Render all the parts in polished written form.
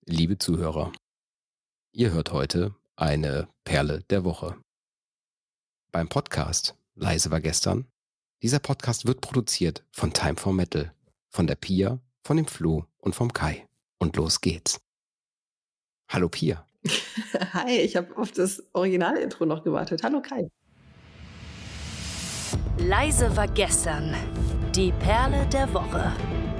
Liebe Zuhörer, ihr hört heute eine Perle der Woche. Beim Podcast Leise war gestern. Dieser Podcast wird produziert von Time for Metal, von der Pia, von dem Flo und vom Kai. Und los geht's. Hallo Pia. Hi, ich habe auf das Original-Intro noch gewartet. Hallo Kai. Leise war gestern. Die Perle der Woche.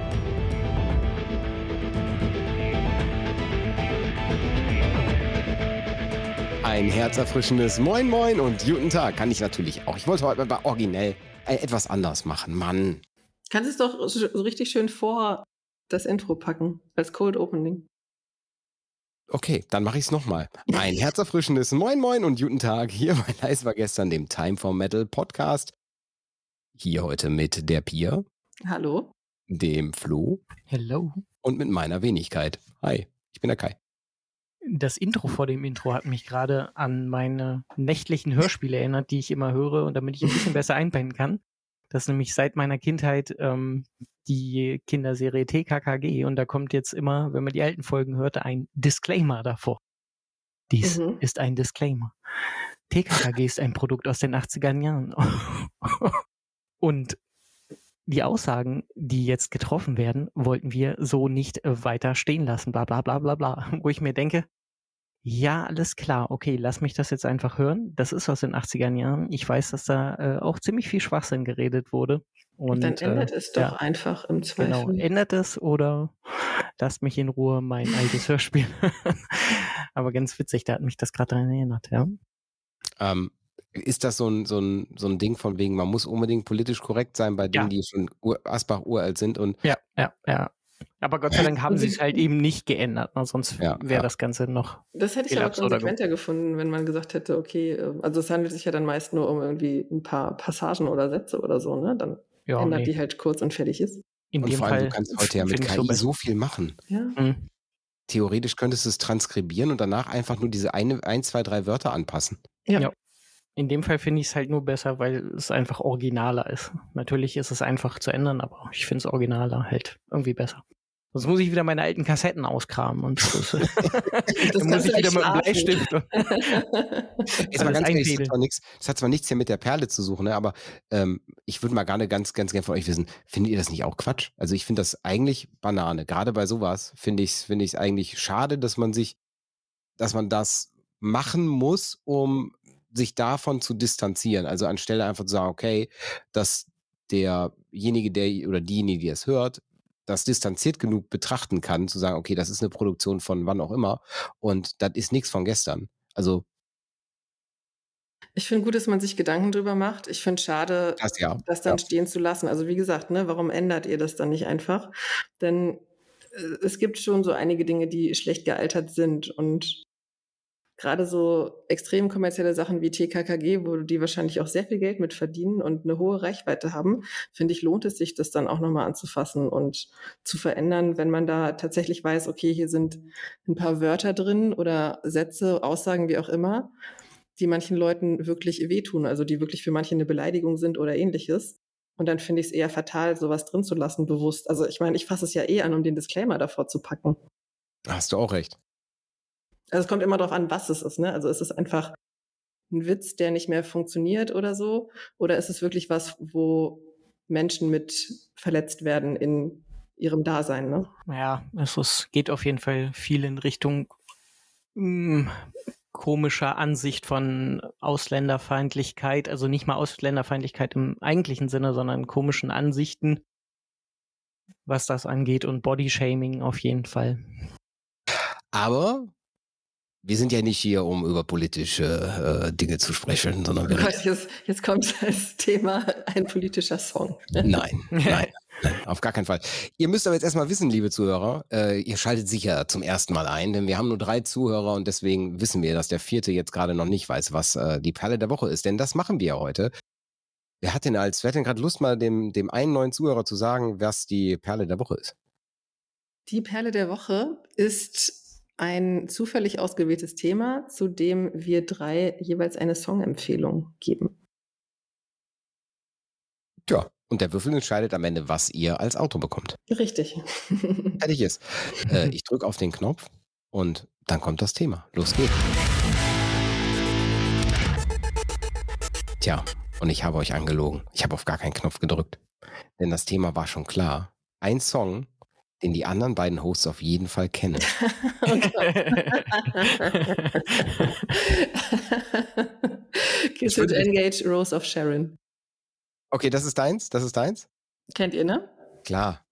Ein herzerfrischendes Moin Moin und guten Tag kann ich natürlich auch. Ich wollte heute mal originell etwas anders machen. Mann. Kannst du es doch so richtig schön vor das Intro packen, als Cold Opening. Okay, dann mache ich es nochmal. Ein herzerfrischendes Moin Moin und guten Tag hier bei Leise war gestern, dem Time for Metal Podcast. Hier heute mit der Pia. Hallo. Dem Flo. Hello. Und mit meiner Wenigkeit. Hi, ich bin der Kai. Das Intro vor dem Intro hat mich gerade an meine nächtlichen Hörspiele erinnert, die ich immer höre und damit ich ein bisschen besser einpennen kann. Das ist nämlich seit meiner Kindheit die Kinderserie TKKG und da kommt jetzt immer, wenn man die alten Folgen hört, ein Disclaimer davor. Dies ist ein Disclaimer. TKKG ist ein Produkt aus den 80er Jahren. Und die Aussagen, die jetzt getroffen werden, wollten wir so nicht weiter stehen lassen, bla bla bla bla bla. Wo ich mir denke, ja, alles klar, okay, lass mich das jetzt einfach hören. Das ist aus den 80er Jahren. Ich weiß, dass da auch ziemlich viel Schwachsinn geredet wurde. Und dann ändert es doch einfach im Zweifel. Genau, ändert es oder lasst mich in Ruhe mein altes Hörspiel. Aber ganz witzig, da hat mich das gerade daran erinnert, ja. Ist das so ein Ding von wegen, man muss unbedingt politisch korrekt sein bei Dingen, die schon Asbach uralt sind? Und ja. Aber Gott sei Dank haben sie es halt eben nicht geändert, ne? Sonst wäre das Ganze noch. Das hätte ich aber konsequenter gefunden, wenn man gesagt hätte, okay, also es handelt sich ja dann meist nur um irgendwie ein paar Passagen oder Sätze oder so, ne? Dann ändert die halt kurz und fertig ist. In dem vor allem, Fall, du kannst heute ja mit KI so viel machen. Ja. Theoretisch könntest du es transkribieren und danach einfach nur diese 1, 2, 3 Wörter anpassen. Ja. In dem Fall finde ich es halt nur besser, weil es einfach originaler ist. Natürlich ist es einfach zu ändern, aber ich finde es originaler halt irgendwie besser. Sonst muss ich wieder meine alten Kassetten auskramen und das dann muss ich wieder mit einem Bleistift. Jetzt mal ganz ehrlich, das hat zwar nichts hier mit der Perle zu suchen, ne, aber ich würde mal ganz gerne von euch wissen, findet ihr das nicht auch Quatsch? Also ich finde das eigentlich Banane. Gerade bei sowas finde ich es eigentlich schade, dass man das machen muss, um sich davon zu distanzieren. Also anstelle einfach zu sagen, okay, dass derjenige, oder diejenige, die es hört, das distanziert genug betrachten kann, zu sagen, okay, das ist eine Produktion von wann auch immer und das ist nichts von gestern. Also ich finde gut, dass man sich Gedanken drüber macht. Ich finde schade, das dann stehen zu lassen. Also wie gesagt, ne, warum ändert ihr das dann nicht einfach? Denn es gibt schon so einige Dinge, die schlecht gealtert sind und gerade so extrem kommerzielle Sachen wie TKKG, wo die wahrscheinlich auch sehr viel Geld mit verdienen und eine hohe Reichweite haben, finde ich, lohnt es sich, das dann auch nochmal anzufassen und zu verändern, wenn man da tatsächlich weiß, okay, hier sind ein paar Wörter drin oder Sätze, Aussagen, wie auch immer, die manchen Leuten wirklich wehtun, also die wirklich für manche eine Beleidigung sind oder ähnliches. Und dann finde ich es eher fatal, sowas drin zu lassen, bewusst. Also ich meine, ich fasse es ja an, um den Disclaimer davor zu packen. Hast du auch recht. Also es kommt immer darauf an, was es ist, ne? Also ist es einfach ein Witz, der nicht mehr funktioniert oder so? Oder ist es wirklich was, wo Menschen mit verletzt werden in ihrem Dasein, ne? Ja, es geht auf jeden Fall viel in Richtung komischer Ansicht von Ausländerfeindlichkeit. Also nicht mal Ausländerfeindlichkeit im eigentlichen Sinne, sondern komischen Ansichten, was das angeht und Bodyshaming auf jeden Fall. Aber wir sind ja nicht hier, um über politische Dinge zu sprechen, sondern jetzt kommt als Thema ein politischer Song. Nein, auf gar keinen Fall. Ihr müsst aber jetzt erstmal wissen, liebe Zuhörer, ihr schaltet sicher zum ersten Mal ein, denn wir haben nur 3 Zuhörer und deswegen wissen wir, dass der 4. jetzt gerade noch nicht weiß, was die Perle der Woche ist, denn das machen wir ja heute. Wer hat denn gerade Lust, mal dem einen neuen Zuhörer zu sagen, was die Perle der Woche ist? Die Perle der Woche ist ein zufällig ausgewähltes Thema, zu dem wir 3 jeweils eine Songempfehlung geben. Tja, und der Würfel entscheidet am Ende, was ihr als Auto bekommt. Richtig. Fertig ist. Ich drücke auf den Knopf Und dann kommt das Thema. Los geht's. Tja, und ich habe euch angelogen. Ich habe auf gar keinen Knopf gedrückt. Denn das Thema war schon klar. Ein Song, den die anderen beiden Hosts auf jeden Fall kennen. Killswitch Engage, Rose of Sharon. Okay, das ist deins? Kennt ihr, ne? Klar.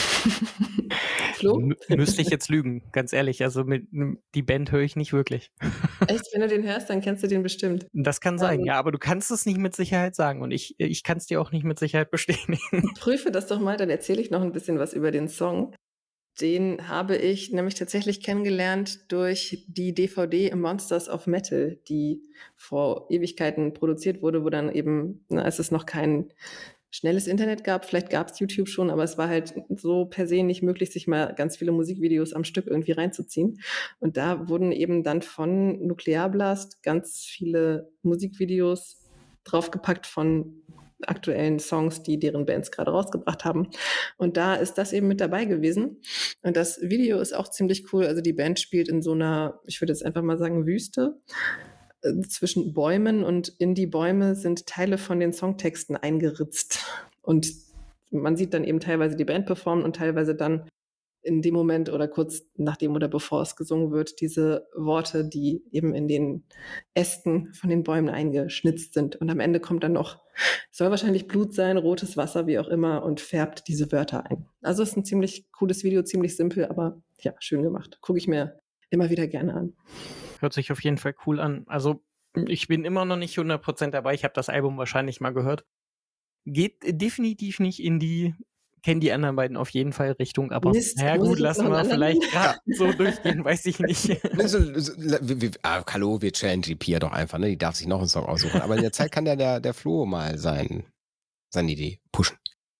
Flo? Müsste ich jetzt lügen, ganz ehrlich. Also die Band höre ich nicht wirklich. Echt? Wenn du den hörst, dann kennst du den bestimmt. Das kann sein, ja, aber du kannst es nicht mit Sicherheit sagen und ich kann es dir auch nicht mit Sicherheit bestätigen. Prüfe das doch mal, dann erzähle ich noch ein bisschen was über den Song. Den habe ich nämlich tatsächlich kennengelernt durch die DVD Monsters of Metal, die vor Ewigkeiten produziert wurde, wo dann eben, als es noch kein schnelles Internet gab, vielleicht gab es YouTube schon, aber es war halt so per se nicht möglich, sich mal ganz viele Musikvideos am Stück irgendwie reinzuziehen. Und da wurden eben dann von Nuclear Blast ganz viele Musikvideos draufgepackt von aktuellen Songs, die deren Bands gerade rausgebracht haben. Und da ist das eben mit dabei gewesen. Und das Video ist auch ziemlich cool. Also die Band spielt in so einer, ich würde jetzt einfach mal sagen, Wüste zwischen Bäumen, und in die Bäume sind Teile von den Songtexten eingeritzt. Und man sieht dann eben teilweise die Band performen und teilweise dann in dem Moment oder kurz nachdem oder bevor es gesungen wird, diese Worte, die eben in den Ästen von den Bäumen eingeschnitzt sind. Und am Ende kommt dann noch, soll wahrscheinlich Blut sein, rotes Wasser, wie auch immer, und färbt diese Wörter ein. Also es ist ein ziemlich cooles Video, ziemlich simpel, aber ja, schön gemacht. Gucke ich mir immer wieder gerne an. Hört sich auf jeden Fall cool an. Also ich bin immer noch nicht 100% dabei. Ich habe das Album wahrscheinlich mal gehört. Geht definitiv nicht in die, kennen die anderen beiden auf jeden Fall Richtung, aber Mist, naja gut, lassen wir vielleicht gerade so durchgehen, weiß ich nicht. Hallo, wir challengen die Pia doch einfach, ne? Die darf sich noch einen Song aussuchen. Aber in der Zeit kann der Flo mal seine Idee pushen.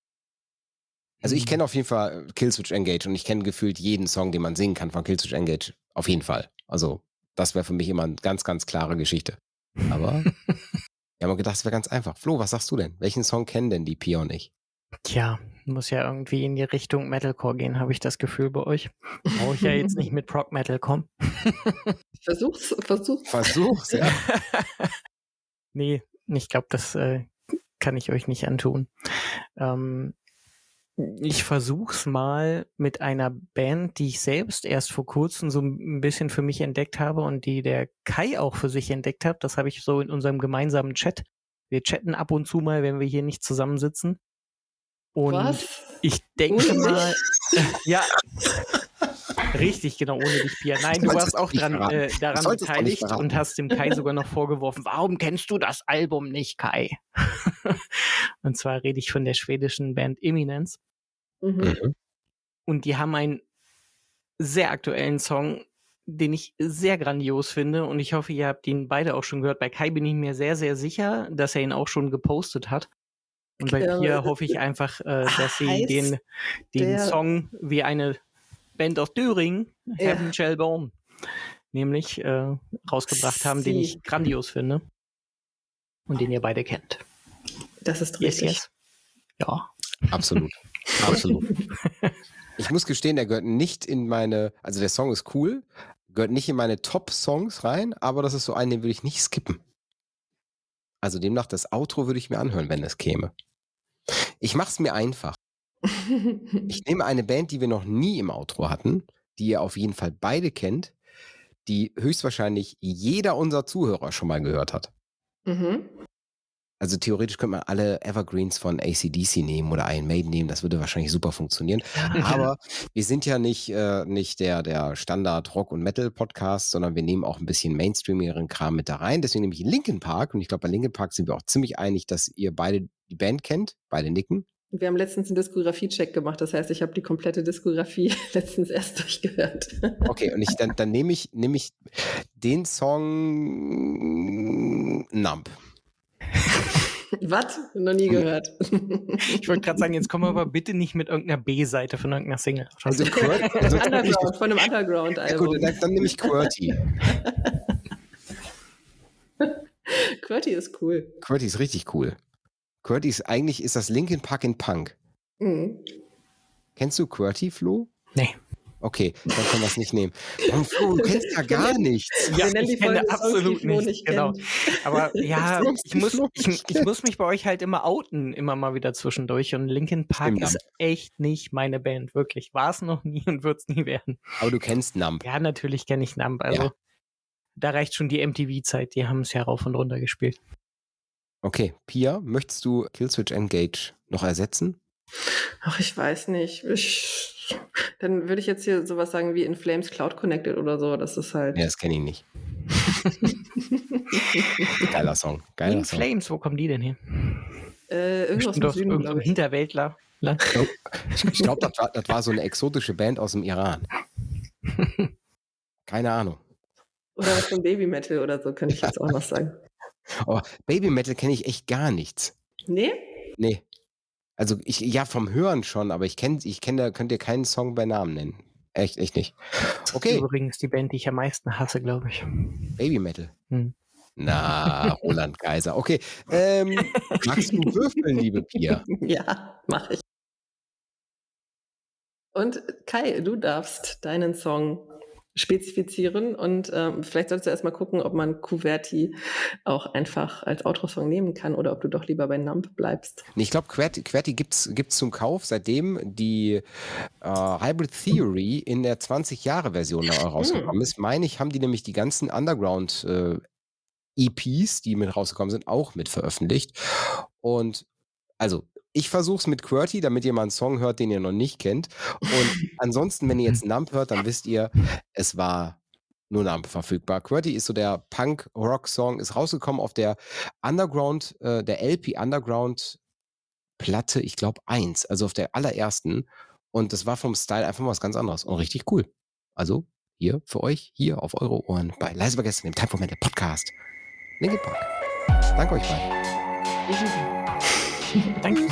Also ich kenne auf jeden Fall Killswitch Engage und ich kenne gefühlt jeden Song, den man singen kann von Killswitch Engage. Auf jeden Fall. Also das wäre für mich immer eine ganz, ganz klare Geschichte. Aber wir haben gedacht, es wäre ganz einfach. Flo, was sagst du denn? Welchen Song kennen denn die Pia und ich? Tja, muss ja irgendwie in die Richtung Metalcore gehen, habe ich das Gefühl bei euch. Brauche ich ja jetzt nicht mit Prog Metal kommen. Versuch's, ja. Nee, ich glaube, das kann ich euch nicht antun. Ich versuch's mal mit einer Band, die ich selbst erst vor kurzem so ein bisschen für mich entdeckt habe und die der Kai auch für sich entdeckt hat. Das habe ich so in unserem gemeinsamen Chat. Wir chatten ab und zu mal, wenn wir hier nicht zusammensitzen. Und was? Ich denke mal, ja, richtig, genau, ohne dich, Pia. Nein, du warst auch daran beteiligt und hast dem Kai sogar noch vorgeworfen, warum kennst du das Album nicht, Kai? Und zwar rede ich von der schwedischen Band Eminence. Mhm. Und die haben einen sehr aktuellen Song, den ich sehr grandios finde. Und ich hoffe, ihr habt ihn beide auch schon gehört. Bei Kai bin ich mir sehr, sehr sicher, dass er ihn auch schon gepostet hat. Und bei Pia hoffe ich einfach, dass sie den Song wie eine Band aus Thüringen, Heaven Shall Burn, nämlich rausgebracht haben, den ich grandios finde und den ihr beide kennt. Das ist richtig. Yes. Ja. Absolut. Ich muss gestehen, der gehört nicht in meine, also der Song ist cool, gehört nicht in meine Top-Songs rein, aber das ist so ein, den würde ich nicht skippen. Also demnach, das Outro würde ich mir anhören, wenn es käme. Ich mache es mir einfach. Ich nehme eine Band, die wir noch nie im Outro hatten, die ihr auf jeden Fall beide kennt, die höchstwahrscheinlich jeder unserer Zuhörer schon mal gehört hat. Mhm. Also theoretisch könnte man alle Evergreens von AC/DC nehmen oder Iron Maiden nehmen, das würde wahrscheinlich super funktionieren. Aber wir sind ja nicht der Standard-Rock- und Metal-Podcast, sondern wir nehmen auch ein bisschen mainstreamigeren Kram mit da rein. Deswegen nehme ich Linkin Park und ich glaube, bei Linkin Park sind wir auch ziemlich einig, dass ihr beide die Band kennt, beide nicken. Wir haben letztens einen Diskografie-Check gemacht, das heißt, ich habe die komplette Diskografie letztens erst durchgehört. Okay, und dann nehme ich den Song Numb. Was? Noch nie gehört. Ich wollte gerade sagen, jetzt kommen wir aber bitte nicht mit irgendeiner B-Seite von irgendeiner Single. Also Underground, von einem Underground-Album. Ja, gut, dann nehme ich QWERTY. QWERTY ist cool. QWERTY ist richtig cool. QWERTY ist das Linkin Park in Punk. Mhm. Kennst du QWERTY, Flo? Nee. Okay, dann können wir es nicht nehmen. Und Flo, du kennst ja gar nichts. Ja, ich kenne absolut nichts, genau. Aber ja, ich muss mich bei euch halt immer outen, immer mal wieder zwischendurch. Und Linkin Park ist echt nicht meine Band, wirklich. War es noch nie und wird es nie werden. Aber du kennst Numb. Ja, natürlich kenne ich Numb. Also da reicht schon die MTV-Zeit. Die haben es ja rauf und runter gespielt. Okay, Pia, möchtest du Killswitch Engage noch ersetzen? Ach, ich weiß nicht. Dann würde ich jetzt hier sowas sagen wie In Flames Cloud Connected oder so. Das ist halt. Ja, das kenne ich nicht. Geiler Song. In Flames, wo kommen die denn her? Irgendwas im Süden, glaube ich. Hinterwäldler. Ich glaube, das war so eine exotische Band aus dem Iran. Keine Ahnung. Oder was von Baby Metal oder so, könnte ich jetzt auch noch sagen. Oh, Baby Metal kenne ich echt gar nichts. Nee? Nee. Also vom Hören schon, aber da könnt ihr keinen Song bei Namen nennen. Echt nicht. Okay. Übrigens die Band, die ich am meisten hasse, glaube ich. Baby Metal. Na, Roland Kaiser. Okay. Magst du würfeln, liebe Pia? Ja, mache ich. Und Kai, du darfst deinen Song spezifizieren und vielleicht solltest du erstmal gucken, ob man Kuverti auch einfach als Outro-Song nehmen kann oder ob du doch lieber bei Numb bleibst. Nee, ich glaube, Kuverti gibt's zum Kauf, seitdem die Hybrid Theory in der 20-Jahre-Version rausgekommen ist. Meine ich, haben die nämlich die ganzen Underground EPs, die mit rausgekommen sind, auch mit veröffentlicht. Und also ich versuche es mit QWERTY, damit ihr mal einen Song hört, den ihr noch nicht kennt. Und ansonsten, wenn ihr jetzt Numb hört, dann wisst ihr, es war nur Numb verfügbar. QWERTY ist so der Punk-Rock-Song, ist rausgekommen auf der Underground, der LP Underground Platte, ich glaube 1, also auf der allerersten. Und das war vom Style einfach mal was ganz anderes und richtig cool. Also hier für euch, hier auf eure Ohren bei Leise aber gestern, dem Time for Metal Podcast. Linkin Park. Danke euch beiden. Danke.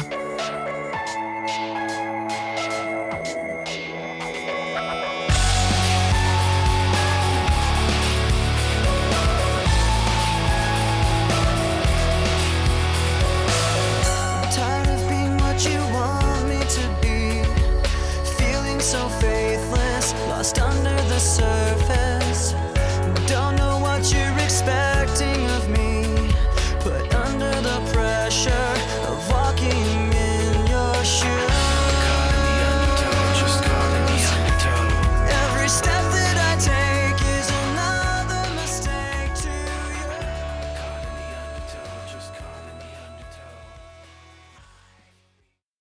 Tired of being what you want me to be, feeling so faithless, lost under the surface.